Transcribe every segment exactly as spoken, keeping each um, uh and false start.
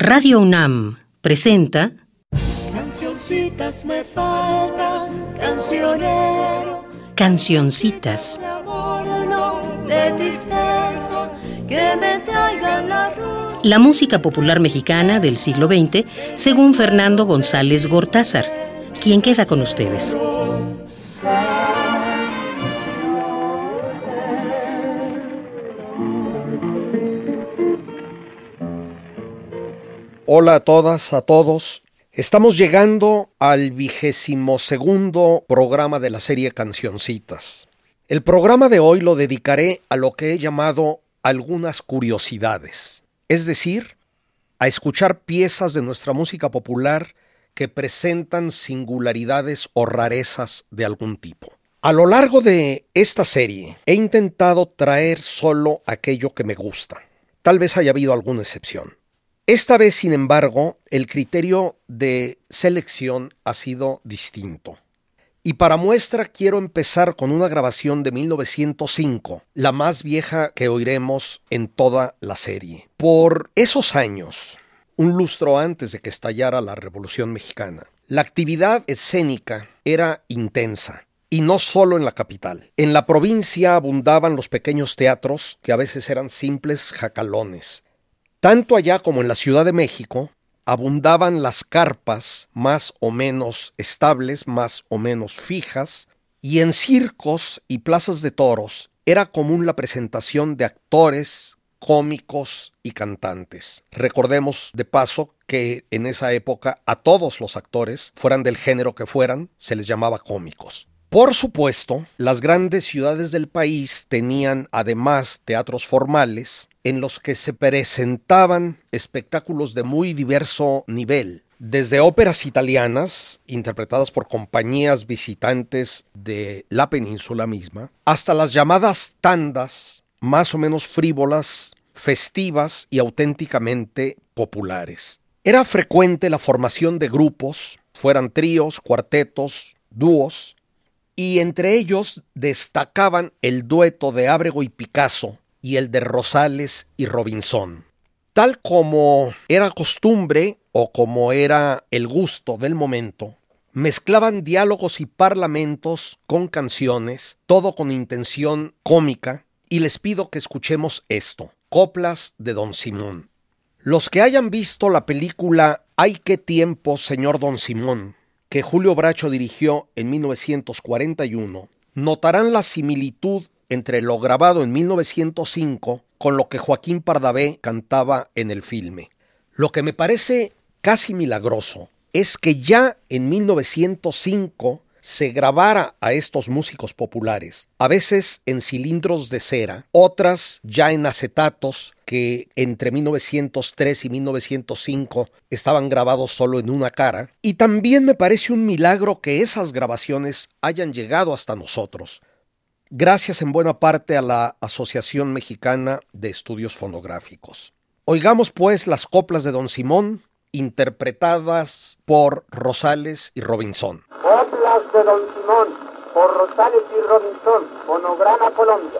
Radio UNAM presenta Cancioncitas me faltan, cancionero. Cancioncitas. De amor, no de tristeza, que me traigan la rosa. La música popular mexicana del siglo veinte, según Fernando González Gortázar. ¿Quién queda con ustedes? Hola a todas, a todos. Estamos llegando al vigésimo segundo programa de la serie Cancioncitas. El programa de hoy lo dedicaré a lo que he llamado algunas curiosidades, es decir, a escuchar piezas de nuestra música popular que presentan singularidades o rarezas de algún tipo. A lo largo de esta serie he intentado traer solo aquello que me gusta. Tal vez haya habido alguna excepción. Esta vez, sin embargo, el criterio de selección ha sido distinto. Y para muestra quiero empezar con una grabación de mil novecientos cinco, la más vieja que oiremos en toda la serie. Por esos años, un lustro antes de que estallara la Revolución Mexicana, la actividad escénica era intensa. Y no solo en la capital. En la provincia abundaban los pequeños teatros, que a veces eran simples jacalones. Tanto allá como en la Ciudad de México, abundaban las carpas más o menos estables, más o menos fijas, y en circos y plazas de toros era común la presentación de actores, cómicos y cantantes. Recordemos de paso que en esa época a todos los actores, fueran del género que fueran, se les llamaba cómicos. Por supuesto, las grandes ciudades del país tenían además teatros formales en los que se presentaban espectáculos de muy diverso nivel, desde óperas italianas, interpretadas por compañías visitantes de la península misma, hasta las llamadas tandas, más o menos frívolas, festivas y auténticamente populares. Era frecuente la formación de grupos, fueran tríos, cuartetos, dúos, y entre ellos destacaban el dueto de Ábrego y Picasso y el de Rosales y Robinson. Tal como era costumbre o como era el gusto del momento, mezclaban diálogos y parlamentos con canciones, todo con intención cómica, y les pido que escuchemos esto, Coplas de Don Simón. Los que hayan visto la película Ay, qué tiempo, señor Don Simón, que Julio Bracho dirigió en mil novecientos cuarenta y uno, notarán la similitud entre lo grabado en mil novecientos cinco con lo que Joaquín Pardavé cantaba en el filme. Lo que me parece casi milagroso es que ya en mil novecientos cinco se grabara a estos músicos populares, a veces en cilindros de cera, otras ya en acetatos que entre mil novecientos tres y mil novecientos cinco estaban grabados solo en una cara, y también me parece un milagro que esas grabaciones hayan llegado hasta nosotros, gracias en buena parte a la Asociación Mexicana de Estudios Fonográficos. Oigamos pues las coplas de Don Simón, interpretadas por Rosales y Robinson. Coplas de Don Simón, por Rosales y Robinson, Fonograma Colombia.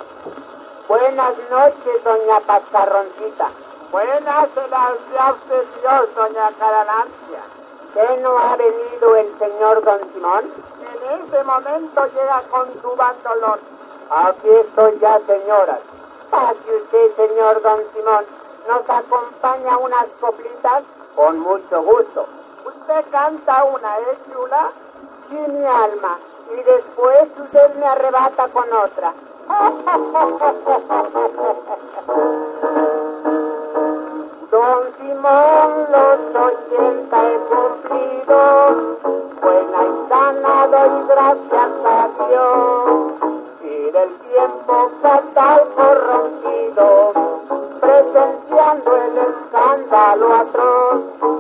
Buenas noches, doña Pascarroncita. Buenas se las de usted Dios, doña Caranancia. ¿Qué no ha venido el señor Don Simón? En este momento llega con su bandolón. Aquí estoy ya, señoras. Pase usted, señor Don Simón. ¿Nos acompaña unas coplitas? Con mucho gusto. Usted canta una, ¿eh, chula? Sí, mi alma. Y después usted me arrebata con otra. Don Simón, los ochenta he cumplido. Buena y sana doy gracias a Dios. Y del tiempo fatal corrompido, presenciando el escándalo atroz.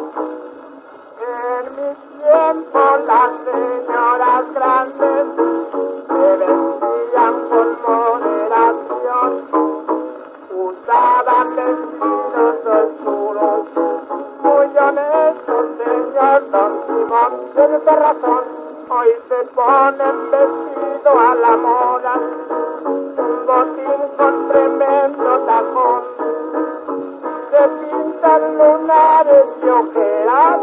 En mi tiempo las señoras grandes se vestían con moderación, usaban vestidos oscuros, muy honestos, señor Don Simón. Tiene usted razón, hoy se ponen vestido a la moda, un botín con tremendo tacón, se pintan lunares y ojeras.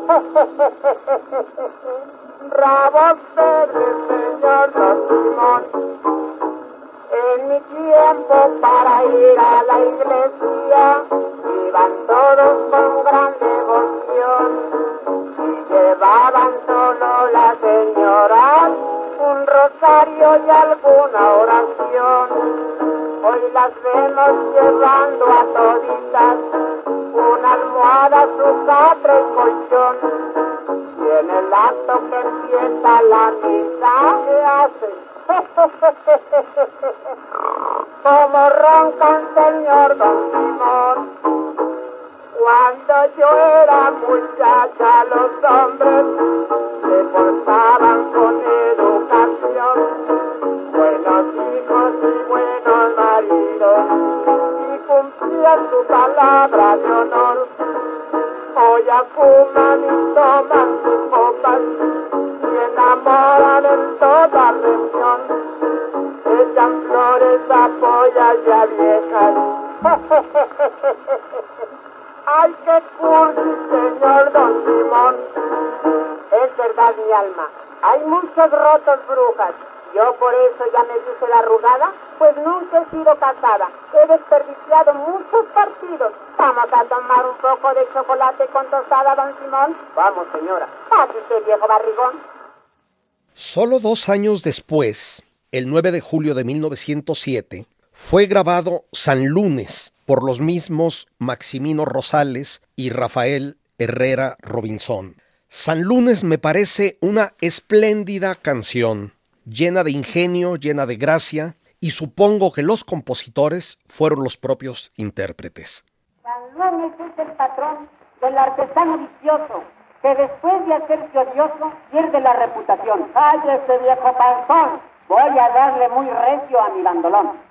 Rabos verdes, señor Don Simón. En mi tiempo para ir a la iglesia iban todos con gran devoción y llevaban solo las señoras un rosario y alguna oración. Hoy las vemos llevando a toditas una almohada, su catre y colchón. Y en el acto que empieza la misa, ¿qué hacen? Como roncan, señor Don Simón. Cuando yo era muchacha, los hombres se portaban con educación, buenos hijos y buenos maridos, y cumplían su palabra de honor. Hoy ya fuman y toman sus copas y enamoran en toda reunión. Echan flores a pollas y a viejas. ¡Ay, qué cursi, señor Don Simón! Es verdad, mi alma. Hay muchos rotos brujas. Yo por eso ya me puse la arrugada, pues nunca he sido casada. He desperdiciado muchos partidos. Vamos a tomar un poco de chocolate con tostada, Don Simón. Vamos, señora. Pásese, viejo barrigón. Solo dos años después, el nueve de julio de mil novecientos siete, fue grabado San Lunes por los mismos Maximino Rosales y Rafael Herrera Robinson. San Lunes me parece una espléndida canción, llena de ingenio, llena de gracia, y supongo que los compositores fueron los propios intérpretes. San Lunes es el patrón del artesano vicioso, que después de hacerse odioso pierde la reputación. ¡Cállese, viejo panzón! Voy a darle muy recio a mi bandolón.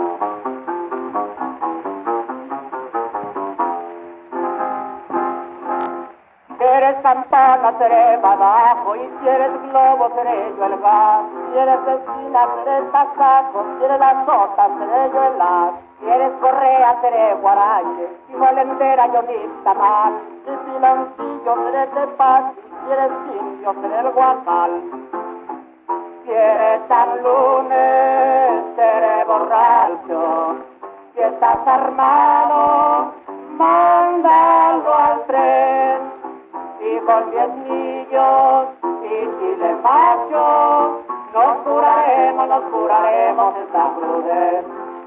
Si eres campana, seré badajo, y si eres globo, seré yo el gas. Si eres vecina, seré el tasajo, si eres la sota, seré yo el as. Si eres correa, seré guarache, si molendera, yo mi tamal. Si piloncillo, seré tepaz, si eres indio, seré el guacal. Si eres San Lunes, seré borracho, si estás armado, mándalo al tren. Y con diez millos y chile macho, nos curaremos, nos curaremos esta crudez.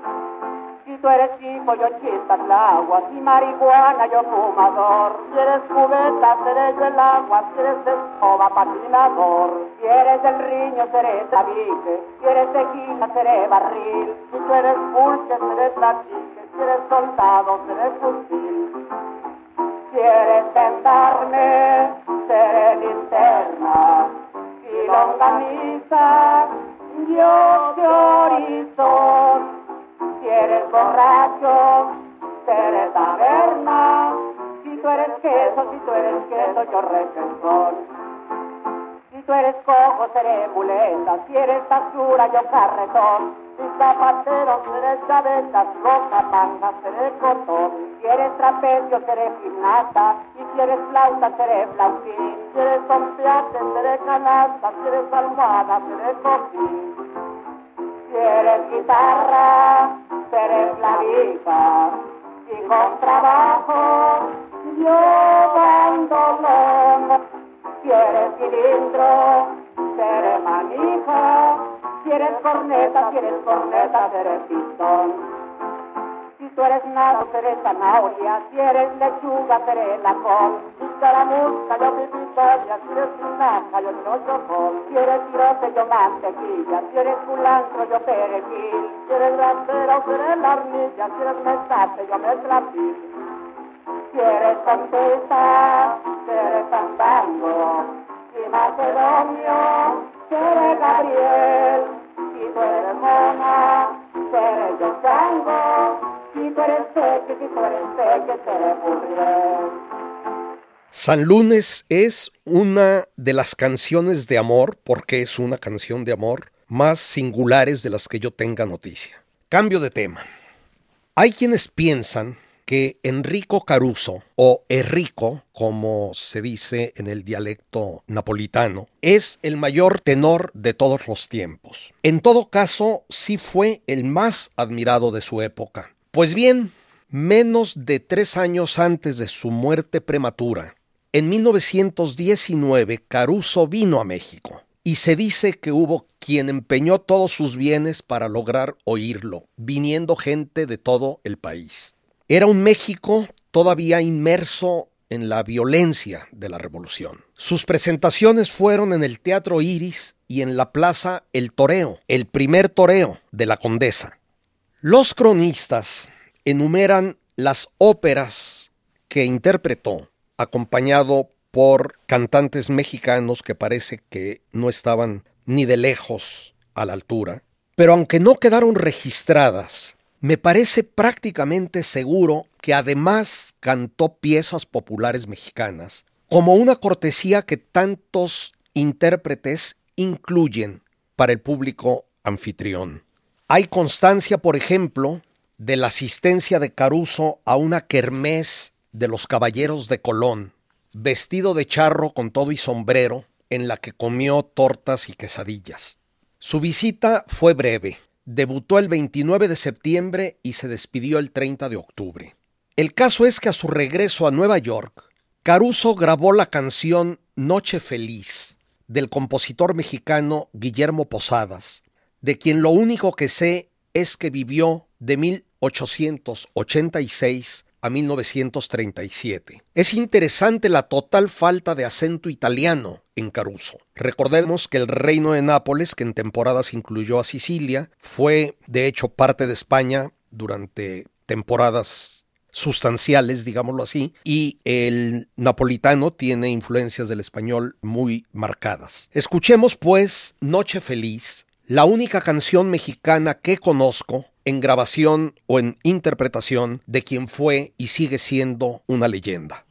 Si tú eres hijo, yo chispas el agua, si marihuana, yo fumador. Si eres cubeta, seré yo el agua, si eres escoba, patinador. Si eres del riño, seré tabique, si eres tequila, seré barril. Si tú eres pulque, seré platique, si eres soldado, seré fusil. Si eres gendarme, seré linterna, si longaniza, yo te horizon. Si eres borracho, seré taberna, si tú eres queso, si tú eres queso, yo requesón. Si tú eres cojo, seré muleta, si eres basura, yo carretón. Si zapatero, seré chaveta, roja, manga, seré cotón. Si eres trapecio, seré gimnasta, y si eres flauta, seré flautín. Si eres tompiate, seré canasta, si eres almohada, seré cojín. Si eres guitarra, seré clavija, y con trabajo, yo bandolón. Si eres cilindro, seré manija, si eres corneta, si eres corneta, seré pistón. Si tú eres nado, seré zanahoria, si eres lechuga, seré la col. Si caramusca, yo pipitoria, si eres espinaca, yo chochocol. Si eres virote, yo mantequilla, si eres culantro, yo perejil. Si eres grasera, seré la hornilla, si eres mezate, yo mezclapil. Si eres contesta, seré fandango, si macedonio, seré Gabriel. Si tú eres mona, seré yo chango, si tú eres seque, si tú eres seque, seré Burriel. San Lunes es una de las canciones de amor, porque es una canción de amor, más singulares de las que yo tenga noticia. Cambio de tema. Hay quienes piensan que Enrico Caruso, o Enrico, como se dice en el dialecto napolitano, es el mayor tenor de todos los tiempos. En todo caso, sí fue el más admirado de su época. Pues bien, menos de tres años antes de su muerte prematura, en mil novecientos diecinueve, Caruso vino a México y se dice que hubo quien empeñó todos sus bienes para lograr oírlo, viniendo gente de todo el país. Era un México todavía inmerso en la violencia de la revolución. Sus presentaciones fueron en el Teatro Iris y en la Plaza El Toreo, el primer toreo de la Condesa. Los cronistas enumeran las óperas que interpretó, acompañado por cantantes mexicanos que parece que no estaban ni de lejos a la altura. Pero aunque no quedaron registradas, me parece prácticamente seguro que además cantó piezas populares mexicanas, como una cortesía que tantos intérpretes incluyen para el público anfitrión. Hay constancia, por ejemplo, de la asistencia de Caruso a una kermés de los Caballeros de Colón, vestido de charro con todo y sombrero, en la que comió tortas y quesadillas. Su visita fue breve. Debutó el veintinueve de septiembre y se despidió el treinta de octubre. El caso es que a su regreso a Nueva York, Caruso grabó la canción Noche Feliz del compositor mexicano Guillermo Posadas, de quien lo único que sé es que vivió de mil ochocientos ochenta y seis a mil novecientos treinta y siete. Es interesante la total falta de acento italiano en Caruso. Recordemos que el Reino de Nápoles, que en temporadas incluyó a Sicilia, fue de hecho parte de España durante temporadas sustanciales, digámoslo así, y el napolitano tiene influencias del español muy marcadas. Escuchemos pues Noche Feliz, la única canción mexicana que conozco en grabación o en interpretación de quien fue y sigue siendo una leyenda.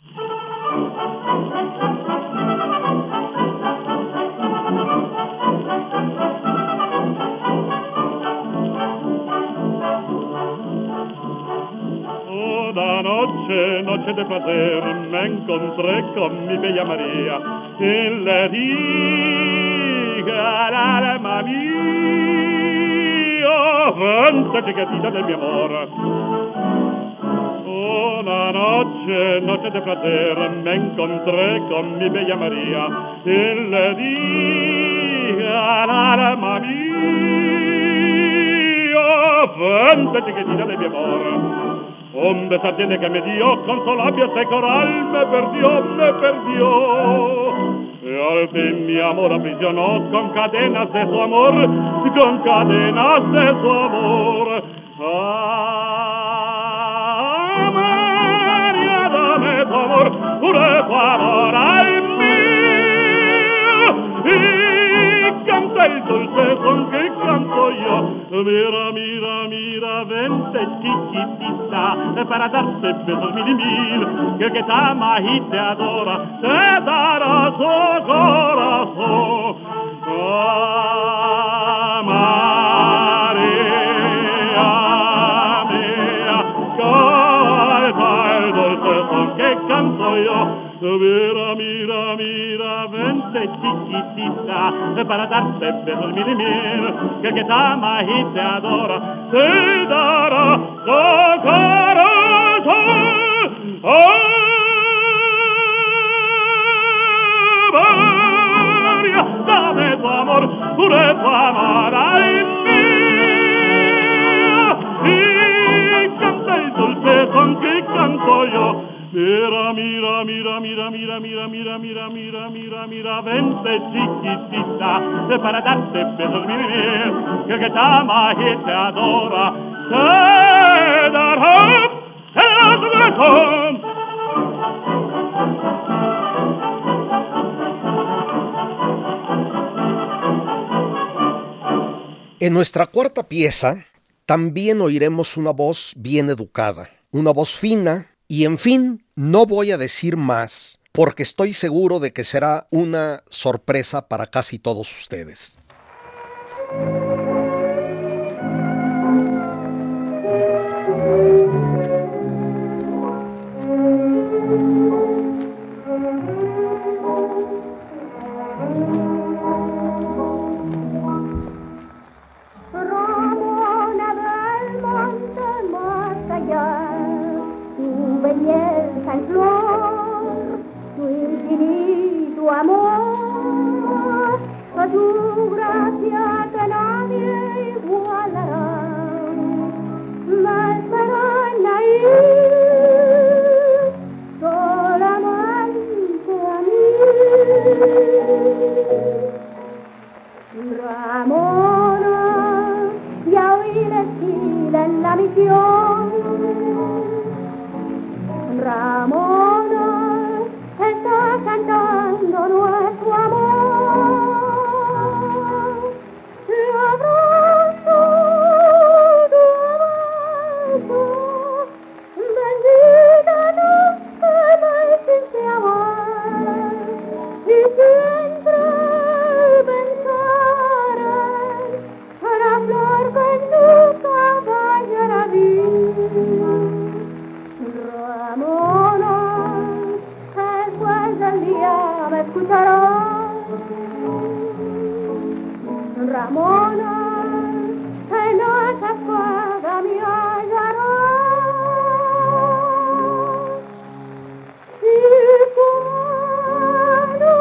Una noche, noche de placer, me encontré con mi bella María y le dije al alma mía, vente chiquitita de mi amor. Una noche, noche de placer, me encontré con mi bella María y le dije al alma mía, vente chiquitita de mi amor. Un beso tiene que me dio, con su labio ese coral me perdió, me perdió. Y al fin mi amor aprisionó con cadenas de su amor, con cadenas de su amor. Ah, María, dame tu amor, pure tu amor, ay mío. Y canta el dulce son que canto yo. Mira, mira, mira, vente chiquitita, para darte besos mil y mil, que el que te ama y te adora, te dará su corazón. Ah, María mía, canta el dulce son que canto yo. Mira, mira, mira, vente chiquitita, para darte besos mil y mil, que el que te ama y te adora, te dará su corazón. ¡Oh, María, dame tu amor, pure tu amor, ay mía! Y canta el dulce son que canto yo. Mira, mira, mira, mira, mira, mira, mira, mira, mira, mira, mira, vente chiquitita, para darte besos mil y mil, que el que te ama y te adora, te dará, te dará su corazón. En nuestra cuarta pieza también oiremos una voz bien educada, una voz fina. Y en fin, no voy a decir más, porque estoy seguro de que será una sorpresa para casi todos ustedes. escucharás. Ramona, en esa escuadra me hallarás. Y cuando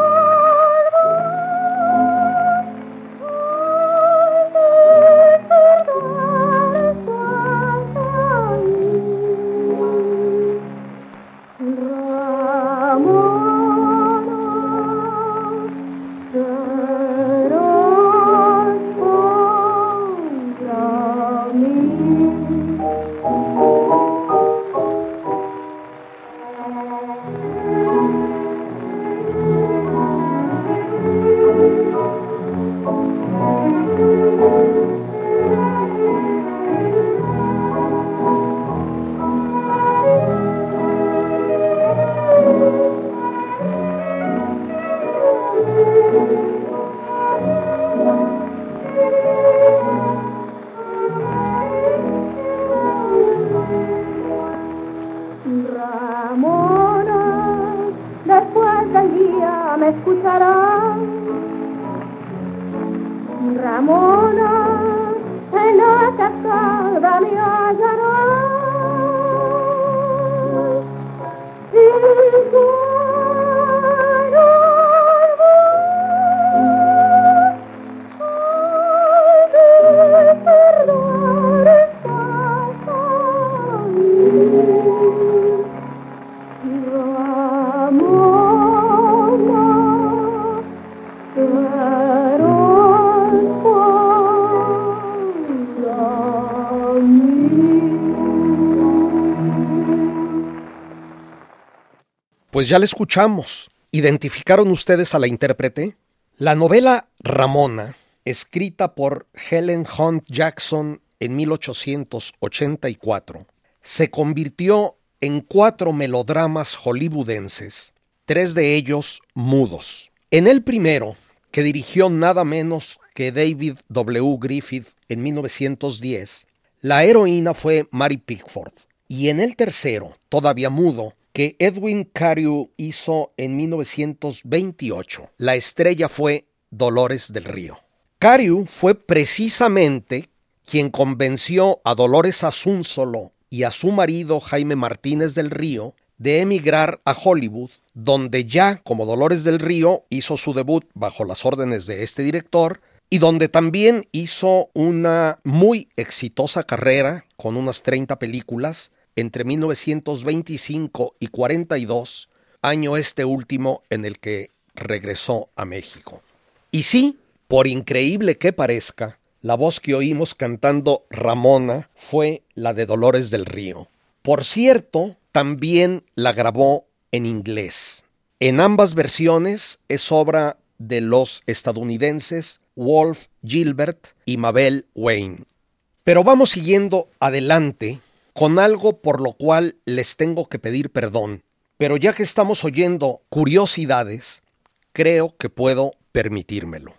Pues ya la escuchamos. ¿Identificaron ustedes a la intérprete? La novela Ramona, escrita por Helen Hunt Jackson en mil ochocientos ochenta y cuatro, se convirtió en cuatro melodramas hollywoodenses, tres de ellos mudos. En el primero, que dirigió nada menos que David W. Griffith en mil novecientos diez, la heroína fue Mary Pickford. Y en el tercero, todavía mudo, que Edwin Carew hizo en mil novecientos veintiocho, la estrella fue Dolores del Río. Carew fue precisamente quien convenció a Dolores Asúnzolo y a su marido Jaime Martínez del Río de emigrar a Hollywood, donde ya como Dolores del Río hizo su debut bajo las órdenes de este director y donde también hizo una muy exitosa carrera con unas treinta películas entre mil novecientos veinticinco y cuarenta y dos, año este último en el que regresó a México. Y sí, por increíble que parezca, la voz que oímos cantando Ramona fue la de Dolores del Río. Por cierto, también la grabó en inglés. En ambas versiones es obra de los estadounidenses Wolf Gilbert y Mabel Wayne. Pero vamos siguiendo adelante con algo por lo cual les tengo que pedir perdón. Pero ya que estamos oyendo curiosidades, creo que puedo permitírmelo.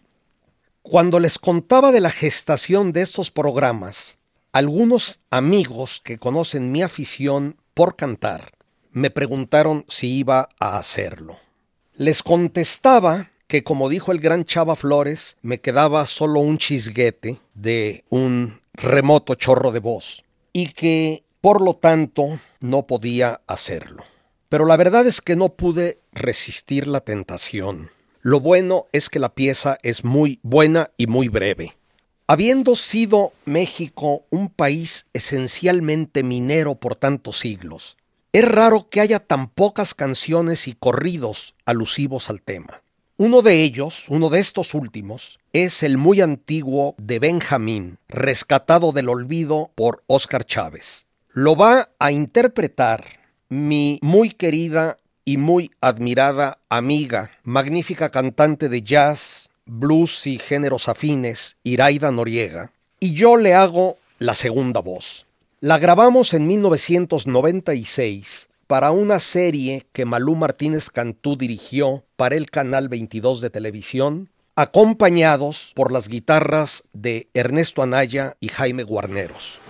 Cuando les contaba de la gestación de estos programas, algunos amigos que conocen mi afición por cantar me preguntaron si iba a hacerlo. Les contestaba que, como dijo el gran Chava Flores, me quedaba solo un chisguete de un remoto chorro de voz y que por lo tanto no podía hacerlo. Pero la verdad es que no pude resistir la tentación. Lo bueno es que la pieza es muy buena y muy breve. Habiendo sido México un país esencialmente minero por tantos siglos, es raro que haya tan pocas canciones y corridos alusivos al tema. Uno de ellos, uno de estos últimos, es el muy antiguo de Benjamín, rescatado del olvido por Óscar Chávez. Lo va a interpretar mi muy querida y muy admirada amiga, magnífica cantante de jazz, blues y géneros afines, Iraida Noriega, y yo le hago la segunda voz. La grabamos en mil novecientos noventa y seis para una serie que Malú Martínez Cantú dirigió para el Canal veintidós de televisión, acompañados por las guitarras de Ernesto Anaya y Jaime Guarneros.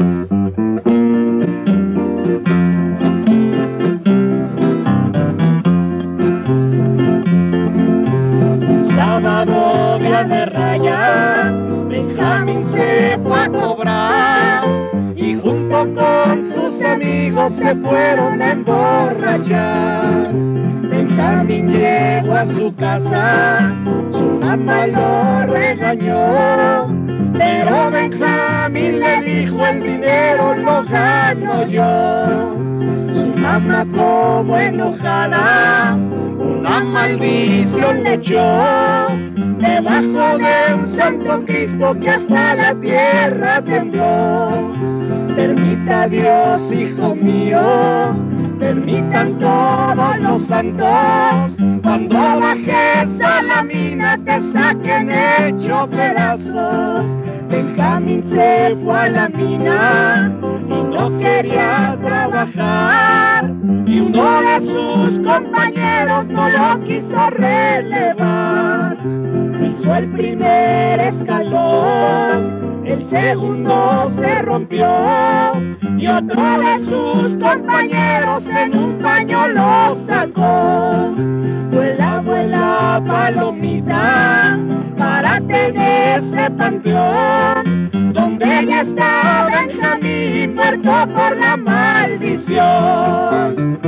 amigos se fueron a emborrachar. Benjamín llegó a su casa, su mamá lo regañó, pero Benjamín le dijo: el dinero lo gano yo. Su mamá, como enojada, una maldición le echó debajo de un santo Cristo que hasta la tierra tembló. Permita Dios, hijo mío, permitan todos los santos, cuando bajes a la mina te saquen hecho pedazos. Benjamín se fue a la mina y no quería trabajar, y uno de sus compañeros no lo quiso relevar. Hizo el primer escalón, el segundo se rompió, y otro de sus compañeros en un paño lo sacó. Vuela, vuela, palomita, párate en ese panteón, donde ya está Benjamín muerto por la maldición.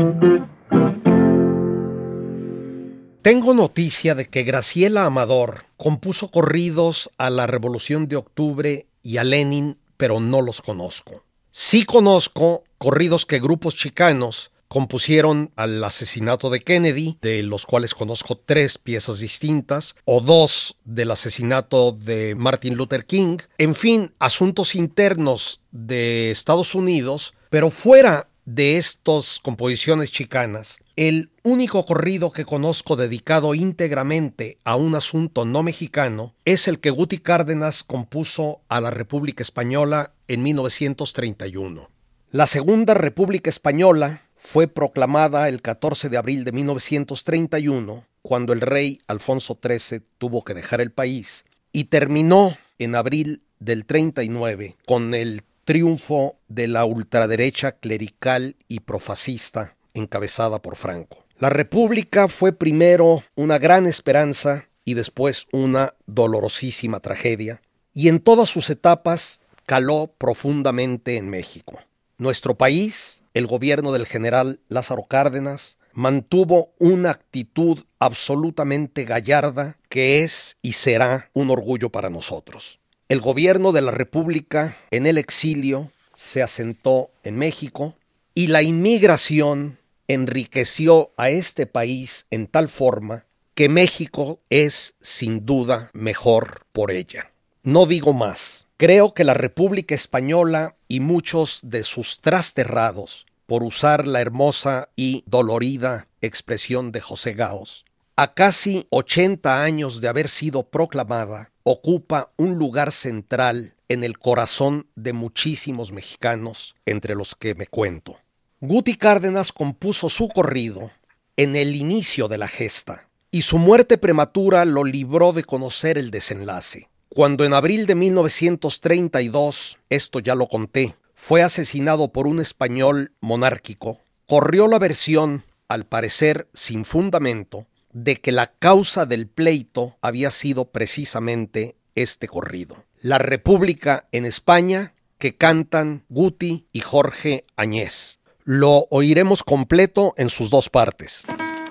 Tengo noticia de que Graciela Amador compuso corridos a la Revolución de Octubre y a Lenin, pero no los conozco. Sí conozco corridos que grupos chicanos compusieron al asesinato de Kennedy, de los cuales conozco tres piezas distintas, o dos del asesinato de Martin Luther King. En fin, asuntos internos de Estados Unidos, pero fuera de estas composiciones chicanas, el único corrido que conozco dedicado íntegramente a un asunto no mexicano es el que Guti Cárdenas compuso a la República Española en mil novecientos treinta y uno. La Segunda República Española fue proclamada el catorce de abril de mil novecientos treinta y uno, cuando el rey Alfonso trece tuvo que dejar el país, y terminó en abril del treinta y nueve con el triunfo de la ultraderecha clerical y profascista encabezada por Franco. La República fue primero una gran esperanza y después una dolorosísima tragedia, y en todas sus etapas caló profundamente en México. Nuestro país, el gobierno del general Lázaro Cárdenas, mantuvo una actitud absolutamente gallarda que es y será un orgullo para nosotros. El gobierno de la República en el exilio se asentó en México, y la inmigración enriqueció a este país en tal forma que México es sin duda mejor por ella. No digo más. Creo que la República Española y muchos de sus trasterrados, por usar la hermosa y dolorida expresión de José Gaos, a casi ochenta años de haber sido proclamada, ocupa un lugar central en el corazón de muchísimos mexicanos, entre los que me cuento. Guti Cárdenas compuso su corrido en el inicio de la gesta, y su muerte prematura lo libró de conocer el desenlace. Cuando en abril de mil novecientos treinta y dos, esto ya lo conté, fue asesinado por un español monárquico, corrió la versión, al parecer sin fundamento, de que la causa del pleito había sido precisamente este corrido. La República en España, que cantan Guti y Jorge Añez. Lo oiremos completo en sus dos partes.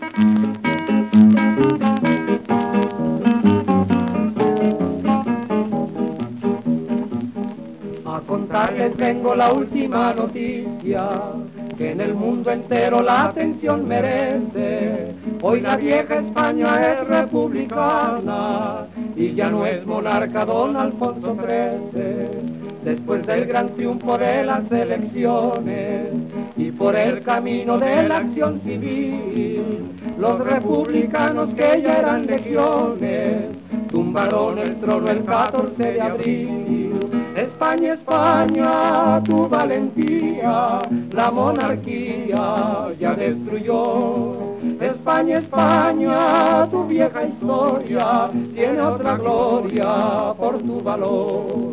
A contarles vengo la última noticia, que en el mundo entero la atención merece. Hoy la vieja España es republicana y ya no es monarca don Alfonso trece. Después del gran triunfo de las elecciones y por el camino de la acción civil, los republicanos que ya eran legiones tumbaron el trono el catorce de abril. España, España, tu valentía, la monarquía ya destruyó. España, España, tu vieja historia tiene otra gloria por tu valor.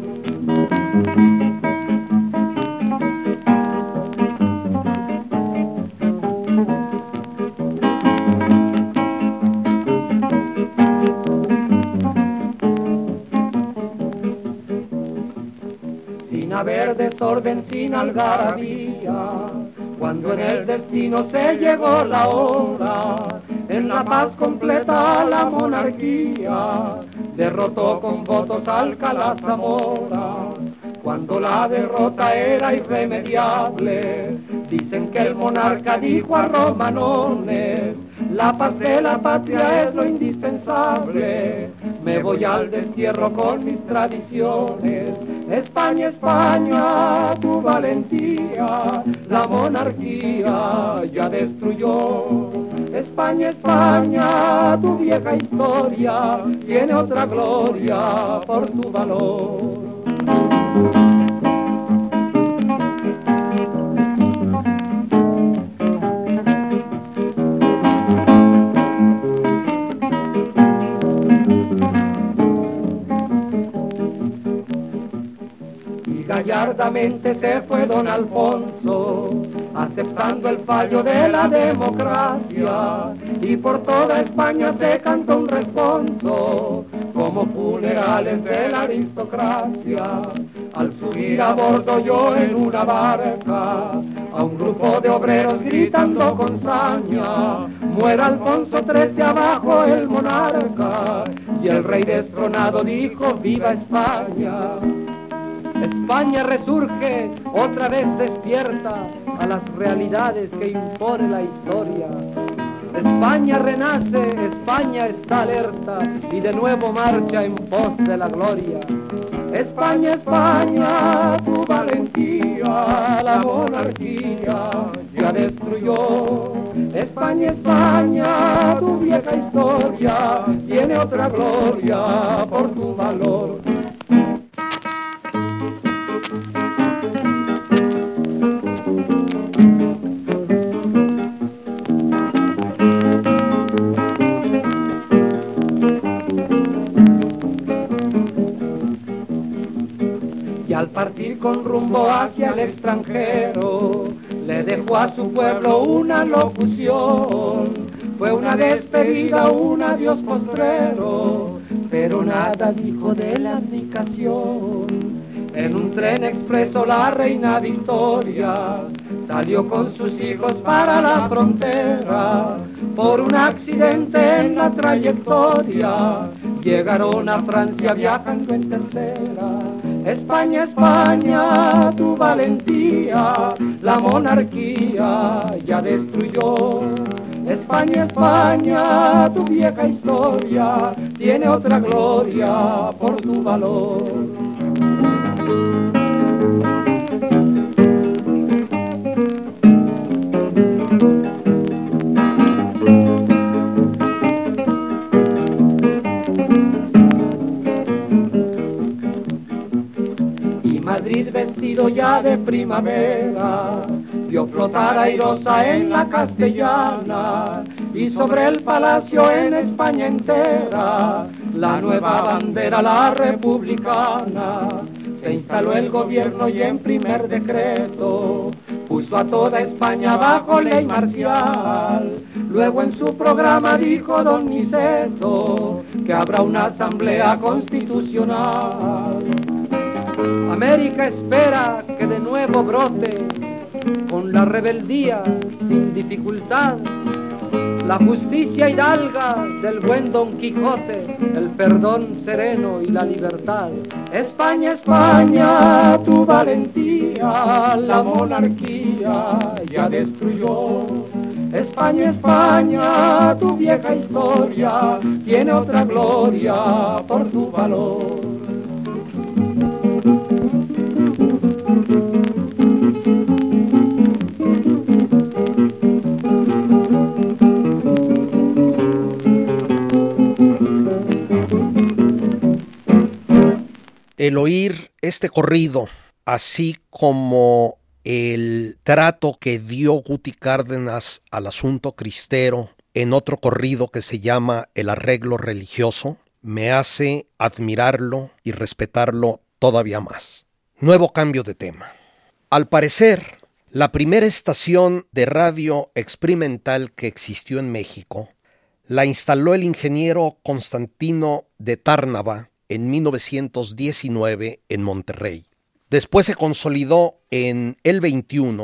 Sin haber desorden, sin algarabía, Cuando en el destino se llegó la hora, en la paz completa la monarquía derrotó con votos a Alcalá Zamora. Cuando la derrota era irremediable, dicen que el monarca dijo a Romanones: la paz de la patria es lo indispensable, me voy al destierro con mis tradiciones. España, España, tu valentía, la monarquía ya destruyó. España, España, tu vieja historia tiene otra gloria por tu valor. Gallardamente se fue don Alfonso, aceptando el fallo de la democracia, y por toda España se cantó un responso, como funerales de la aristocracia. Al subir a bordo yo en una barca, a un grupo de obreros gritando con saña: muera Alfonso trece, abajo el monarca. Y el rey destronado dijo: viva España. España resurge, otra vez despierta a las realidades que impone la historia. España renace, España está alerta y de nuevo marcha en pos de la gloria. España, España, tu valentía, la monarquía ya destruyó. España, España, tu vieja historia tiene otra gloria por tu valor. Al partir con rumbo hacia el extranjero, le dejó a su pueblo una locución. Fue una despedida, un adiós postrero, pero nada dijo de la abdicación. En un tren expreso la reina Victoria salió con sus hijos para la frontera. Por un accidente en la trayectoria llegaron a Francia viajando en tercera. España, España, tu valentía, la monarquía ya destruyó. España, España, tu vieja historia tiene otra gloria por tu valor. Madrid vestido ya de primavera, vio flotar airosa en la Castellana, y sobre el palacio en España entera, la nueva bandera, la republicana. Se instaló el gobierno y en primer decreto puso a toda España bajo ley marcial. Luego en su programa dijo don Niceto que habrá una asamblea constitucional. América espera que de nuevo brote, con la rebeldía sin dificultad, la justicia hidalga del buen Don Quijote, el perdón sereno y la libertad. España, España, tu valentía, la monarquía ya destruyó. España, España, tu vieja historia tiene otra gloria por tu valor. El oír este corrido, así como el trato que dio Guti Cárdenas al asunto cristero en otro corrido que se llama El arreglo religioso, me hace admirarlo y respetarlo todavía más. Nuevo cambio de tema. Al parecer, la primera estación de radio experimental que existió en México la instaló el ingeniero Constantino de Tárnava en mil novecientos diecinueve en Monterrey. Después se consolidó en el veintiuno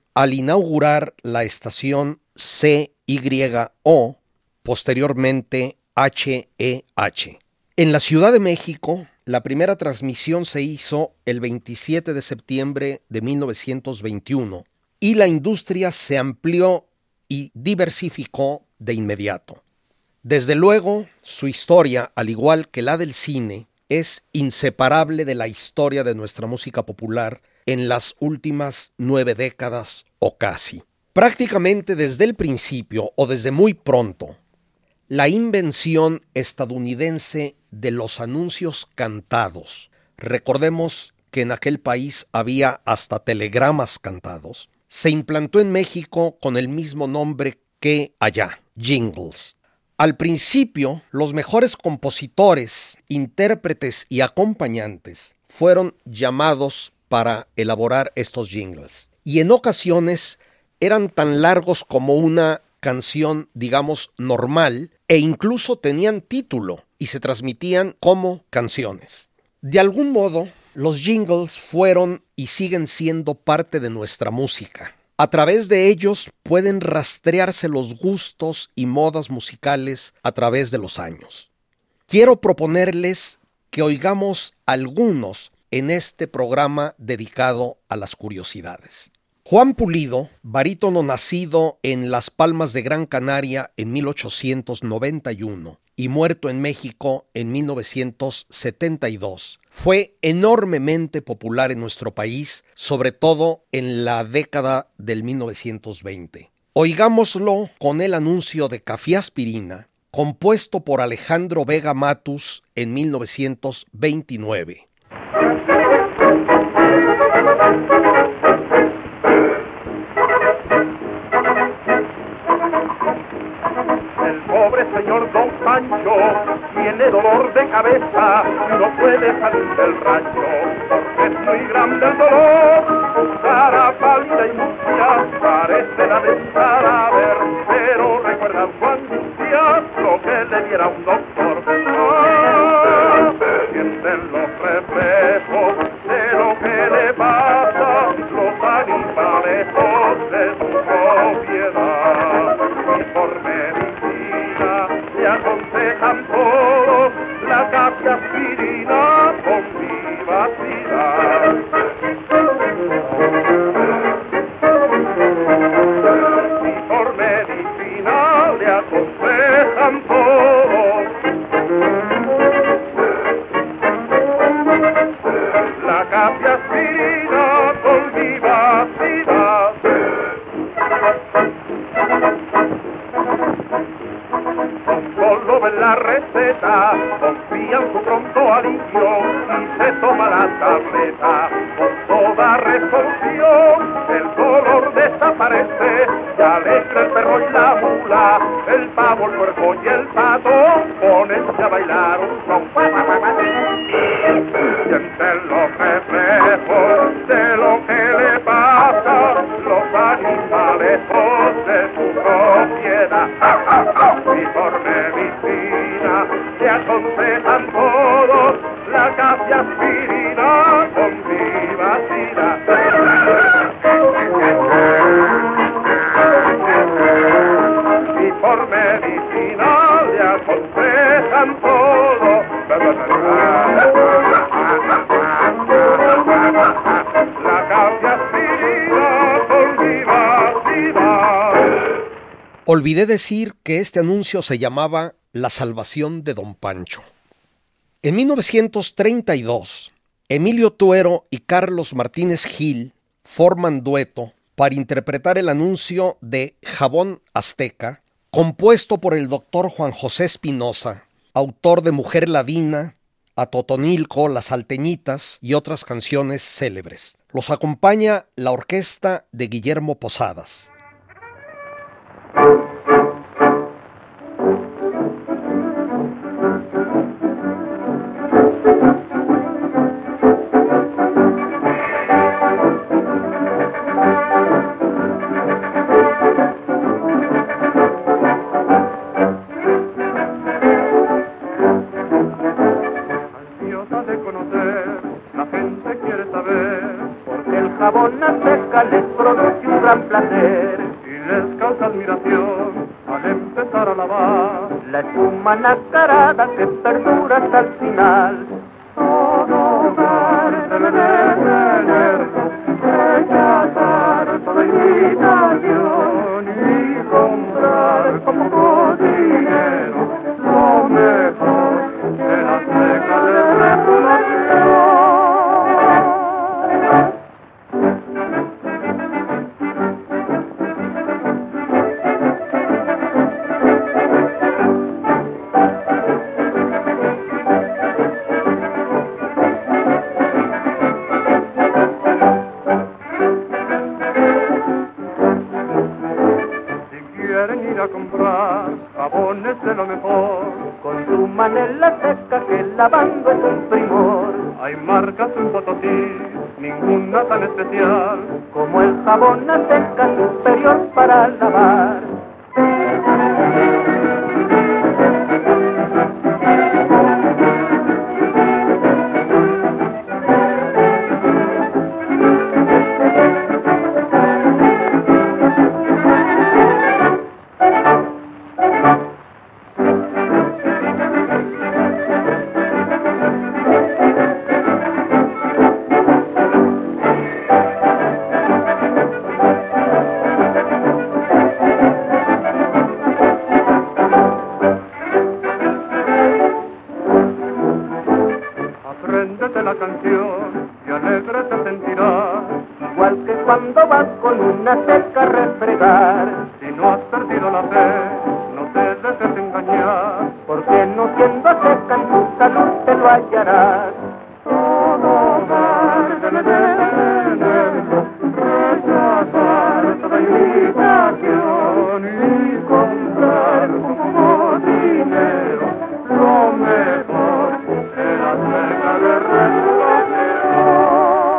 al inaugurar la estación C Y O, posteriormente H E H. En la Ciudad de México, la primera transmisión se hizo el veintisiete de septiembre de mil novecientos veintiuno y la industria se amplió y diversificó de inmediato. Desde luego, su historia, al igual que la del cine, es inseparable de la historia de nuestra música popular en las últimas nueve décadas o casi. Prácticamente desde el principio o desde muy pronto, la invención estadounidense de los anuncios cantados, recordemos que en aquel país había hasta telegramas cantados, se implantó en México con el mismo nombre que allá, jingles. Al principio, los mejores compositores, intérpretes y acompañantes fueron llamados para elaborar estos jingles. Y en ocasiones eran tan largos como una canción, digamos, normal, e incluso tenían título y se transmitían como canciones. De algún modo, los jingles fueron y siguen siendo parte de nuestra música. A través de ellos pueden rastrearse los gustos y modas musicales a través de los años. Quiero proponerles que oigamos algunos en este programa dedicado a las curiosidades. Juan Pulido, barítono nacido en Las Palmas de Gran Canaria en mil ochocientos noventa y uno y muerto en México en mil novecientos setenta y dos, fue enormemente popular en nuestro país, sobre todo en la década del mil novecientos veinte. Oigámoslo con el anuncio de Café Aspirina, compuesto por Alejandro Vega Matus en mil novecientos veintinueve. Señor Don Pancho tiene dolor de cabeza, no puede salir del rancho, porque es muy grande el dolor. Su cara pálida y mustia parece la de un cadáver, pero recuerda su angustia lo que le diera un doctor. Ah, sienten los reflejos de lo que le pasa, los animales de su propiedad, y por medicina le aconsejan todos la café aspirina con vivacidad. Y por medicina le aconsejan todos la café aspirina con vivacidad. Solo ven la receta, confían su pronto alivio y se toma la tableta. Con toda resolución el dolor desaparece, se alegra el perro y la mula, el pavo, el puerco y el pato ponense a bailar un son. Sienten los reflejos de lo que le pasa, los animales de su propiedad. Y por medicina le aconsejan todos la café aspirina con vivacidad. Y por medicina le aconsejan todos la café aspirina con vivacidad. Olvidé decir que este anuncio se llamaba La Salvación de Don Pancho. En mil novecientos treinta y dos, Emilio Tuero y Carlos Martínez Gil forman dueto para interpretar el anuncio de Jabón Azteca, compuesto por el doctor Juan José Espinosa, autor de Mujer Ladina, A Totonilco, Las Salteñitas y otras canciones célebres. Los acompaña la orquesta de Guillermo Posadas. Ansiosa de conocer, la gente quiere saber, porque el jabón azteca les produce un gran admiración al empezar a lavar la espuma nacarada que perdura hasta el final. Todo hogar debe de tenerlo, rechazar toda invitación y comprar con poco dinero lo mejor de las becas de regulación. A comprar jabones de lo mejor, consuman en la seca que lavando es un primor. Hay marcas en Potosí, ninguna tan especial como el jabón a seca superior para lavar. Apréndete la canción y alegre te sentirás, igual que cuando vas con una seca a refregar. Si no has perdido la fe, no te dejes engañar, porque no siendo seca en tu salud te lo hallarás. Todo hogar debe de tenerlo, rechazar toda invitación y comprar con poco dinero lo mejor de las becas de regulación.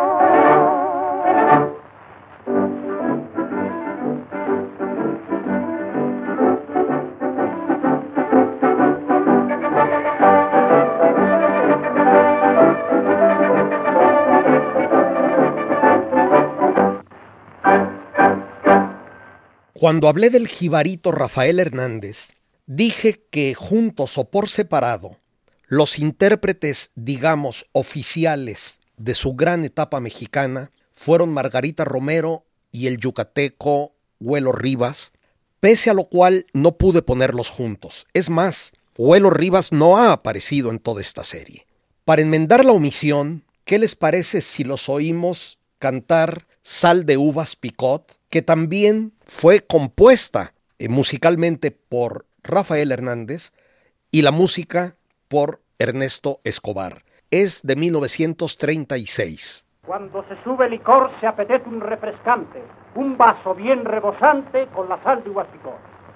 Cuando hablé del jibarito Rafael Hernández, dije que juntos o por separado, los intérpretes, digamos, oficiales de su gran etapa mexicana fueron Margarita Romero y el yucateco Huelo Rivas, pese a lo cual no pude ponerlos juntos. Es más, Huelo Rivas no ha aparecido en toda esta serie. Para enmendar la omisión, ¿qué les parece si los oímos cantar Sal de Uvas Picot, que también fue compuesta eh, musicalmente por Rafael Hernández y la música por Ernesto Escobar? Es de mil novecientos treinta y seis. Cuando se sube licor se apetece un refrescante, un vaso bien rebosante con la sal de uvas picot.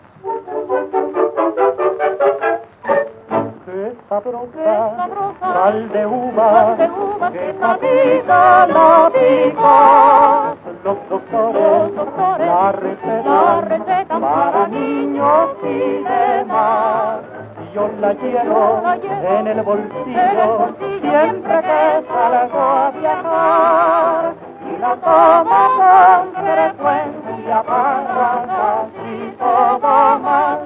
Qué sabrosa, sal de uva, que sabida la pica. Los doctores, la receta para niños y demás. Yo la llevo en el bolsillo siempre que salgo a viajar y la tomo con frecuencia para casi todo más.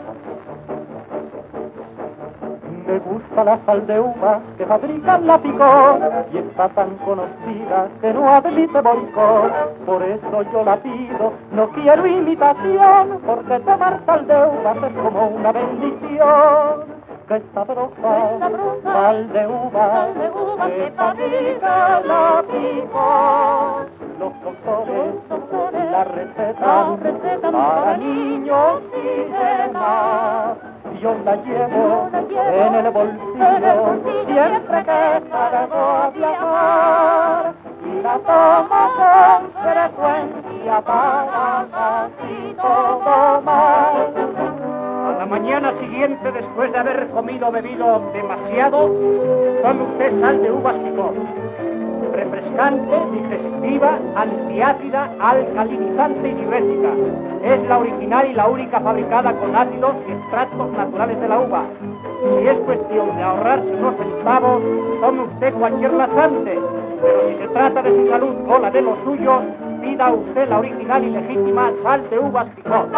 Me gusta la sal de uva que fabrican la Picot y está tan conocida que no admite boicot. Por eso yo la pido, no quiero imitación, porque tomar sal de uvas es como una bendición. Qué sabrosa, sal de uva, que fabrica la Picot. Los doctores, la receta para niños y demás. Yo la llevo en el bolsillo siempre que salgo a viajar y la tomo con frecuencia para casi todo más. A la mañana siguiente, después de haber comido o bebido demasiado, tome usted sal de uvas Picot. Refrescante, digestiva, antiácida, alcalinizante y diurética. Es la original y la única fabricada con ácidos y extractos naturales de la uva. Si es cuestión de ahorrarse unos centavos, tome usted cualquier laxante. Pero si se trata de su salud o la de los suyos, pida usted la original y legítima sal de uvas Picot.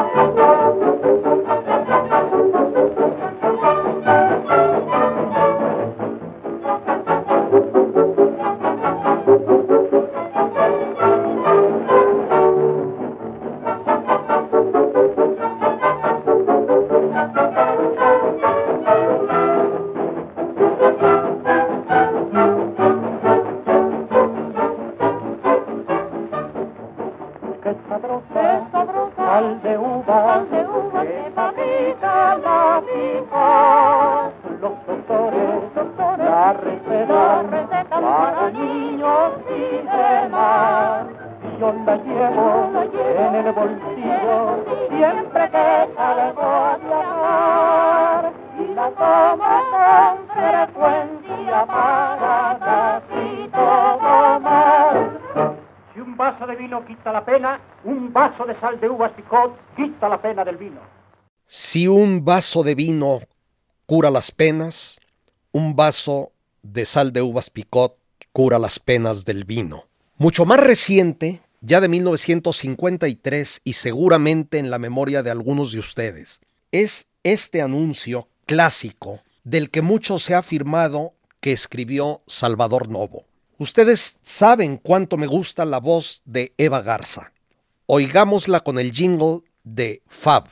Sal de uva, sal de uva que fabrica la Picot. Los doctores, doctores, la receta, receta para niños y demás. Yo la llevo, la llevo en el bolsillo, siempre que salgo a viajar. Y la tomo con frecuencia para casi todo más. Si un vaso de vino quita la pena, un vaso de sal de uvas Picot quita la pena del vino. Si un vaso de vino cura las penas, un vaso de sal de uvas Picot cura las penas del vino. Mucho más reciente, ya de mil novecientos cincuenta y tres y seguramente en la memoria de algunos de ustedes, es este anuncio clásico del que mucho se ha afirmado que escribió Salvador Novo. Ustedes saben cuánto me gusta la voz de Eva Garza. Oigámosla con el jingle de Fab.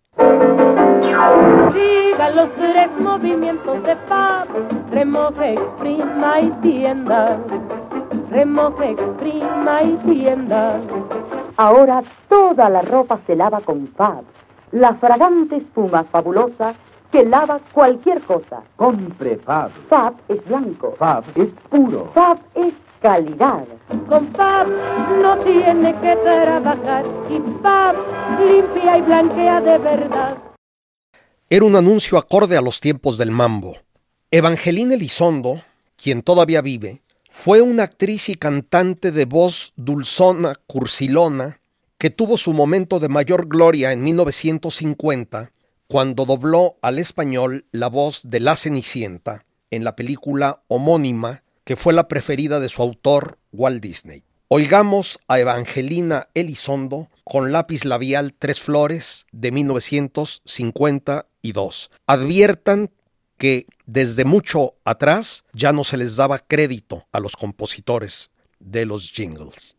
Siga los tres movimientos de Fab. Remoje, exprima y tienda. Remoje, exprima y tienda. Ahora toda la ropa se lava con Fab. La fragante espuma fabulosa que lava cualquier cosa. Compre Fab. Fab es blanco. Fab es puro. Fab es calidad. Con Fab no tiene que trabajar y Fab limpia y blanquea de verdad. Era un anuncio acorde a los tiempos del mambo. Evangelina Elizondo, quien todavía vive, fue una actriz y cantante de voz dulzona, cursilona, que tuvo su momento de mayor gloria en mil novecientos cincuenta, cuando dobló al español la voz de la Cenicienta en la película homónima, que fue la preferida de su autor, Walt Disney. Oigamos a Evangelina Elizondo con Lápiz Labial Tres Flores de mil novecientos cincuenta y dos. Adviertan que desde mucho atrás ya no se les daba crédito a los compositores de los jingles.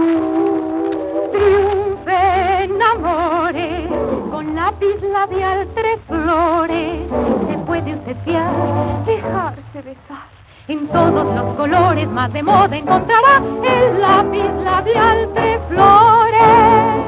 Triunfen amores, con lápiz labial Tres Flores, se puede usted fiar, dejarse besar. En todos los colores más de moda encontrará el lápiz labial Tres Flores.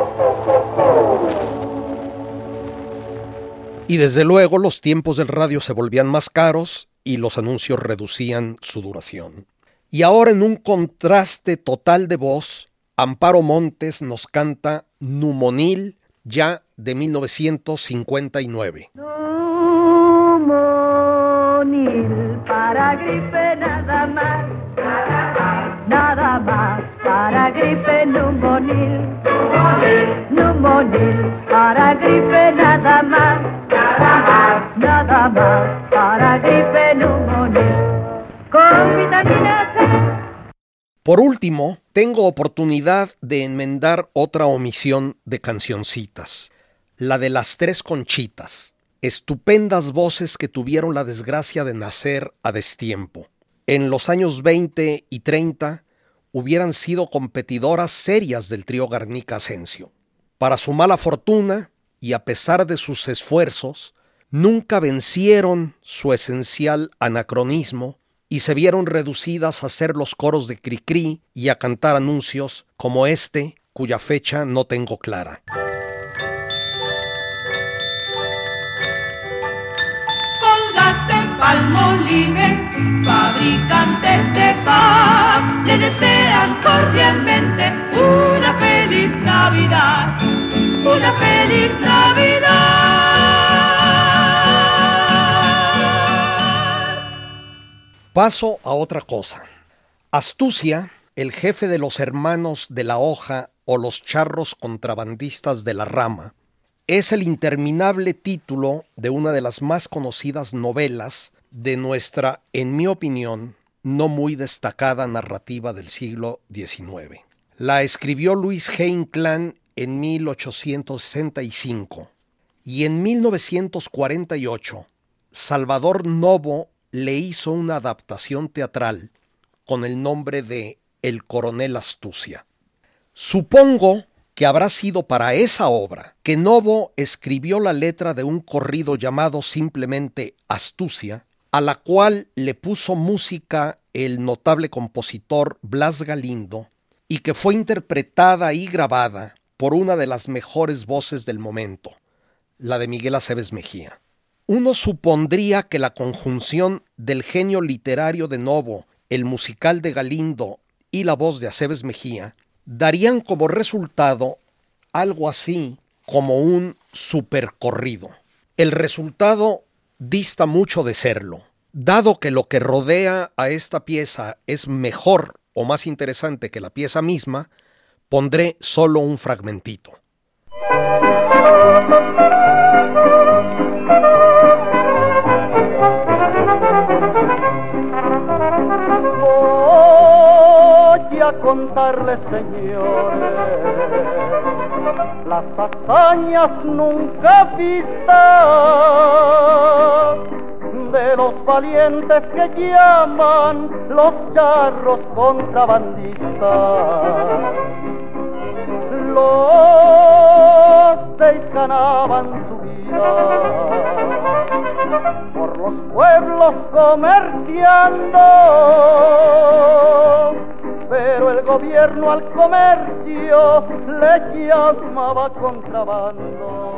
Y desde luego los tiempos del radio se volvían más caros y los anuncios reducían su duración. Y ahora, en un contraste total de voz, Amparo Montes nos canta Numonil, ya de mil novecientos cincuenta y nueve. Numonil para gripe nada más, nada más para gripe Numonil, Numonil para gripe nada más, nada más para gripe Numonil, con vitamina C. Por último, tengo oportunidad de enmendar otra omisión de cancioncitas, la de las Tres Conchitas, estupendas voces que tuvieron la desgracia de nacer a destiempo. En los años veinte y treinta hubieran sido competidoras serias del trío Garnica Asensio. Para su mala fortuna, y a pesar de sus esfuerzos, nunca vencieron su esencial anacronismo y se vieron reducidas a hacer los coros de Cricri y a cantar anuncios como este, cuya fecha no tengo clara. Colgate, Palmolive, fabricantes de Fab, le desean cordialmente una feliz Navidad, una feliz Navidad. Paso a otra cosa. Astucia, el jefe de los hermanos de la hoja o los charros contrabandistas de la rama, es el interminable título de una de las más conocidas novelas de nuestra, en mi opinión, no muy destacada narrativa del siglo diecinueve. La escribió Luis G. Inclán en mil ochocientos sesenta y cinco y en mil novecientos cuarenta y ocho Salvador Novo le hizo una adaptación teatral con el nombre de El Coronel Astucia. Supongo que habrá sido para esa obra que Novo escribió la letra de un corrido llamado simplemente Astucia, a la cual le puso música el notable compositor Blas Galindo y que fue interpretada y grabada por una de las mejores voces del momento, la de Miguel Aceves Mejía. Uno supondría que la conjunción del genio literario de Novo, el musical de Galindo y la voz de Aceves Mejía darían como resultado algo así como un supercorrido. El resultado dista mucho de serlo, dado que lo que rodea a esta pieza es mejor o más interesante que la pieza misma. Pondré solo un fragmentito. Voy a contarles, señores, las hazañas nunca vistas de los valientes que llaman los charros contrabandistas. Los seis ganaban su vida por los pueblos comerciando, pero el gobierno al comercio le llamaba contrabando.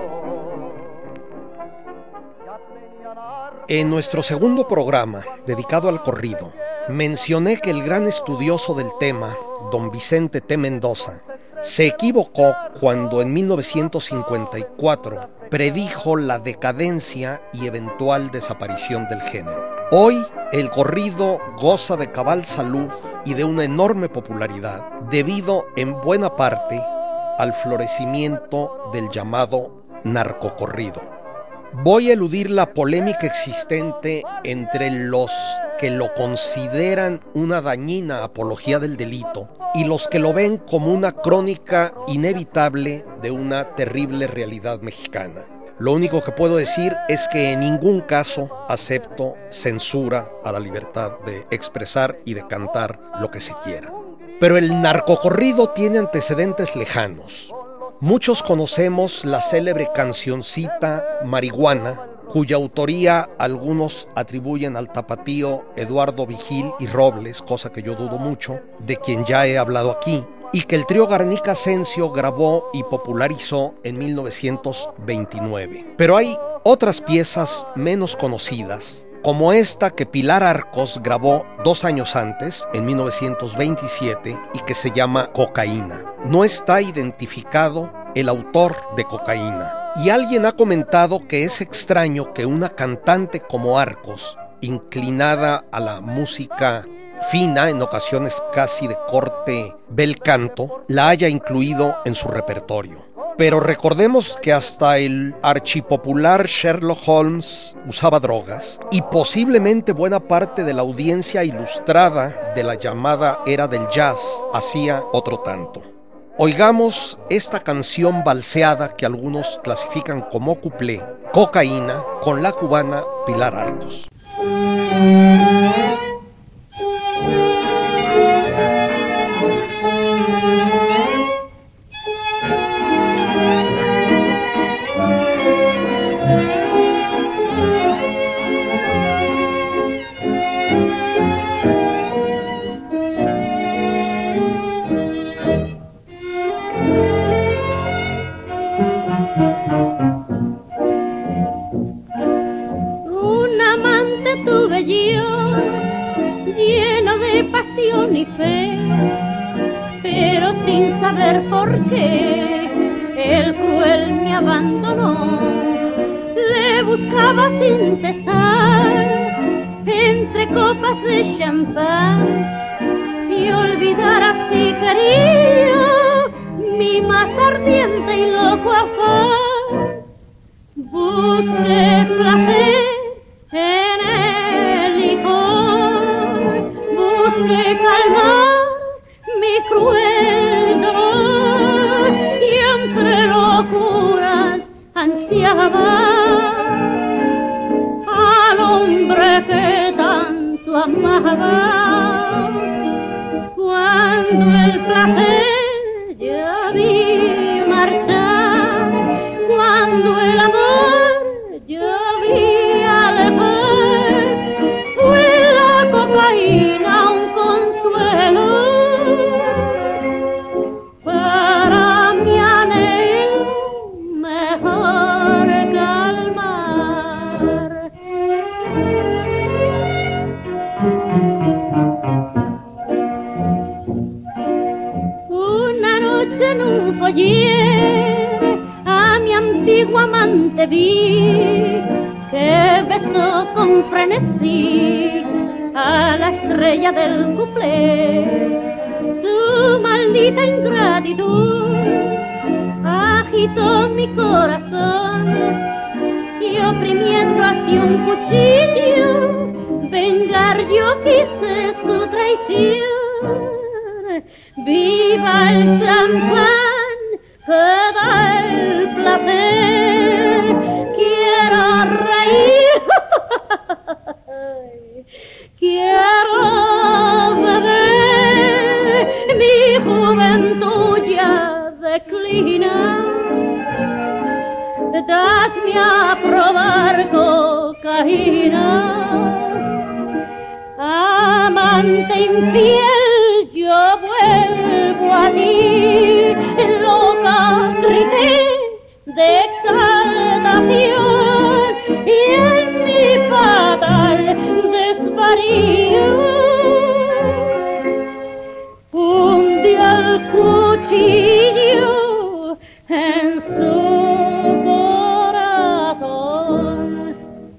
En nuestro segundo programa, dedicado al corrido, mencioné que el gran estudioso del tema, don Vicente T. Mendoza, se equivocó cuando en mil novecientos cincuenta y cuatro predijo la decadencia y eventual desaparición del género. Hoy, el corrido goza de cabal salud y de una enorme popularidad, debido en buena parte al florecimiento del llamado narcocorrido. Voy a eludir la polémica existente entre los que lo consideran una dañina apología del delito y los que lo ven como una crónica inevitable de una terrible realidad mexicana. Lo único que puedo decir es que en ningún caso acepto censura a la libertad de expresar y de cantar lo que se quiera. Pero el narcocorrido tiene antecedentes lejanos. Muchos conocemos la célebre cancioncita Marihuana, cuya autoría algunos atribuyen al tapatío Eduardo Vigil y Robles, cosa que yo dudo mucho, de quien ya he hablado aquí, y que el trío Garnica Asensio grabó y popularizó en mil novecientos veintinueve. Pero hay otras piezas menos conocidas, como esta que Pilar Arcos grabó dos años antes, en mil novecientos veintisiete, y que se llama Cocaína. No está identificado el autor de Cocaína. Y alguien ha comentado que es extraño que una cantante como Arcos, inclinada a la música fina, en ocasiones casi de corte bel canto, la haya incluido en su repertorio. Pero recordemos que hasta el archipopular Sherlock Holmes usaba drogas y posiblemente buena parte de la audiencia ilustrada de la llamada era del jazz hacía otro tanto. Oigamos esta canción balseada que algunos clasifican como cuplé, Cocaína, con la cubana Pilar Arcos. Y fe, pero sin saber por qué el cruel me abandonó. Le buscaba sin cesar entre copas de champán y olvidar así quería mi más ardiente y loco afán. Busqué placer en el licor, busqué calmar mi cruel va. Cuando el placer ya vi marchar, cuando el amor ya vi alejar, fue la cocaína un consuelo para mi anhelo mejor calmar. Una noche en un foyer a mi antiguo amante vi, que besó con frenesí a la estrella del cuplé. Su maldita ingratitud agitó mi corazón y oprimiendo así un cuchillo, vengar yo quise su traición. Viva el champán que da el placer, quiero reír, quiero beber, mi juventud ya declina, dadme a probar cocaína. Amante infiel, yo vuelvo a ti, loca grité de exaltación y en mi fatal desvarío hundí el cuchillo en su corazón.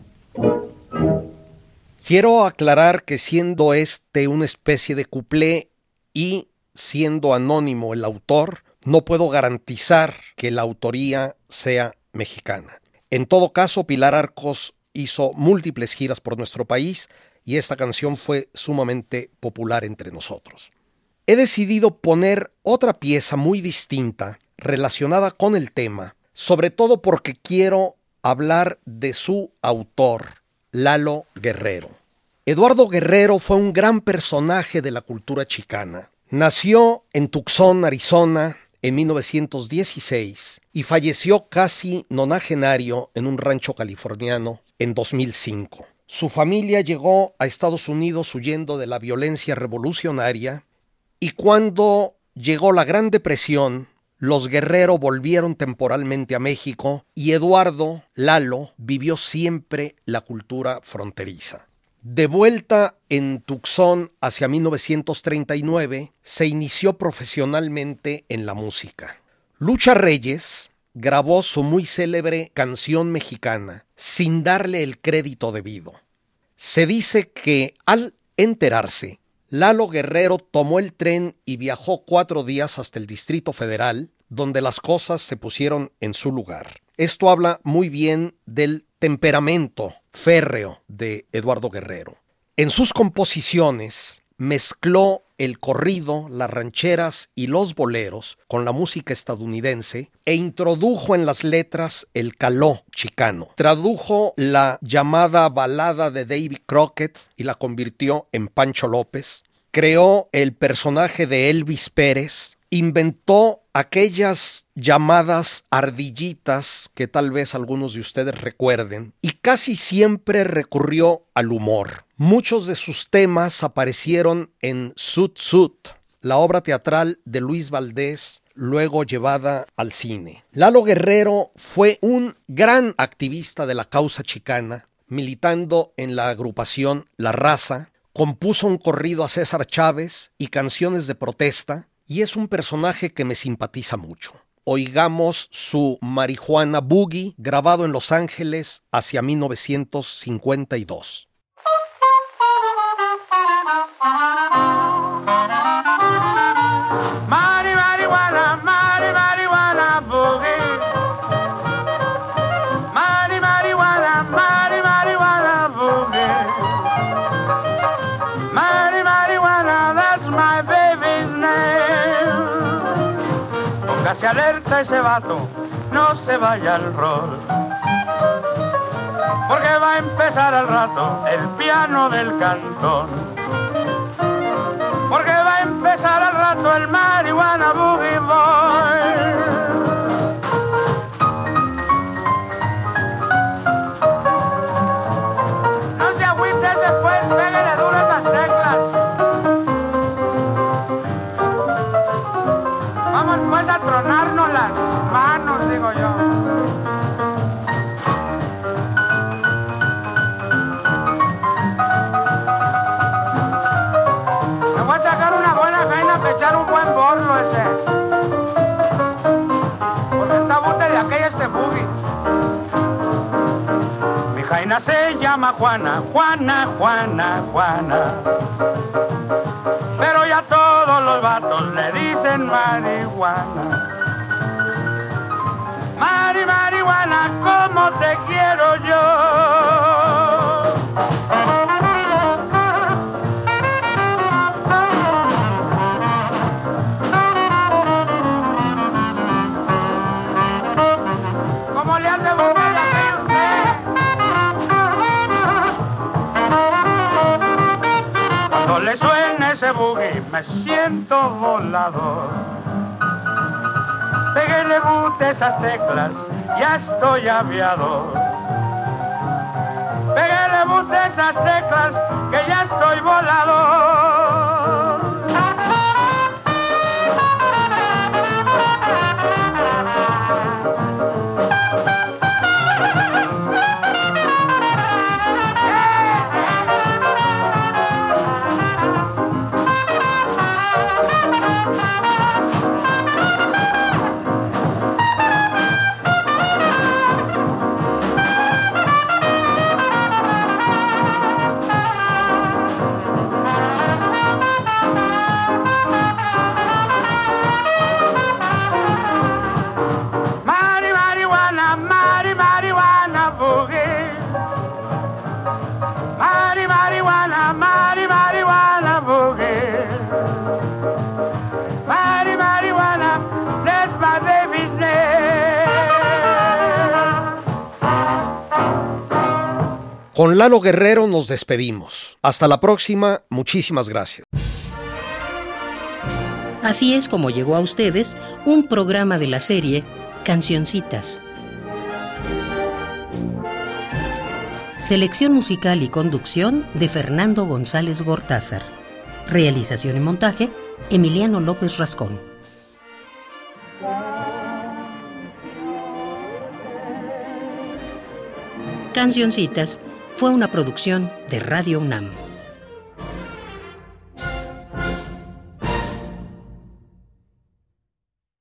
Quiero aclarar que siendo este una especie de cuplé y siendo anónimo el autor, no puedo garantizar que la autoría sea mexicana. En todo caso, Pilar Arcos hizo múltiples giras por nuestro país y esta canción fue sumamente popular entre nosotros. He decidido poner otra pieza muy distinta relacionada con el tema, sobre todo porque quiero hablar de su autor, Lalo Guerrero. Eduardo Guerrero fue un gran personaje de la cultura chicana. Nació en Tucson, Arizona, en mil novecientos dieciséis y falleció casi nonagenario en un rancho californiano en dos mil cinco. Su familia llegó a Estados Unidos huyendo de la violencia revolucionaria y cuando llegó la Gran Depresión, los Guerrero volvieron temporalmente a México y Eduardo, Lalo, vivió siempre la cultura fronteriza. De vuelta en Tucson hacia mil novecientos treinta y nueve, se inició profesionalmente en la música. Lucha Reyes grabó su muy célebre canción mexicana sin darle el crédito debido. Se dice que al enterarse, Lalo Guerrero tomó el tren y viajó cuatro días hasta el Distrito Federal, donde las cosas se pusieron en su lugar. Esto habla muy bien del temperamento férreo de Eduardo Guerrero. En sus composiciones mezcló el corrido, las rancheras y los boleros con la música estadounidense e introdujo en las letras el caló chicano. Tradujo la llamada balada de Davy Crockett y la convirtió en Pancho López. Creó el personaje de Elvis Pérez. Inventó aquellas llamadas ardillitas que tal vez algunos de ustedes recuerden y casi siempre recurrió al humor. Muchos de sus temas aparecieron en Sut Sut, la obra teatral de Luis Valdés, luego llevada al cine. Lalo Guerrero fue un gran activista de la causa chicana, militando en la agrupación La Raza, compuso un corrido a César Chávez y canciones de protesta, y es un personaje que me simpatiza mucho. Oigamos su Marijuana Boogie, grabado en Los Ángeles hacia mil novecientos cincuenta y dos. Mari, marihuana, mari, marihuana boogie. Mari, marihuana, mari, marihuana boogie. Mari, marihuana, that's my baby's name. Póngase alerta ese vato, no se vaya al rol. porque va a empezar al rato el piano del cantón, porque va a empezar al rato el marihuana boogie boy. No se agüítese pues, pégale duro esas teclas. Vamos pues a tronarnos las manos, digo yo. Echar un buen borlo ese, porque está bote de aquella este boogie. Mi jaina se llama Juana, Juana, Juana, Juana, pero ya todos los vatos le dicen marihuana. Mari, marihuana, como te quiero yo. Le suena ese boogie, me siento volador. Péguele bute esas teclas, ya estoy aviador. Péguele bute esas teclas, que ya estoy volador. Con Lalo Guerrero nos despedimos. Hasta la próxima, muchísimas gracias. Así es como llegó a ustedes un programa de la serie Cancioncitas. Selección musical y conducción de Fernando González Gortázar. Realización y montaje, Emiliano López Rascón. Cancioncitas fue una producción de Radio UNAM.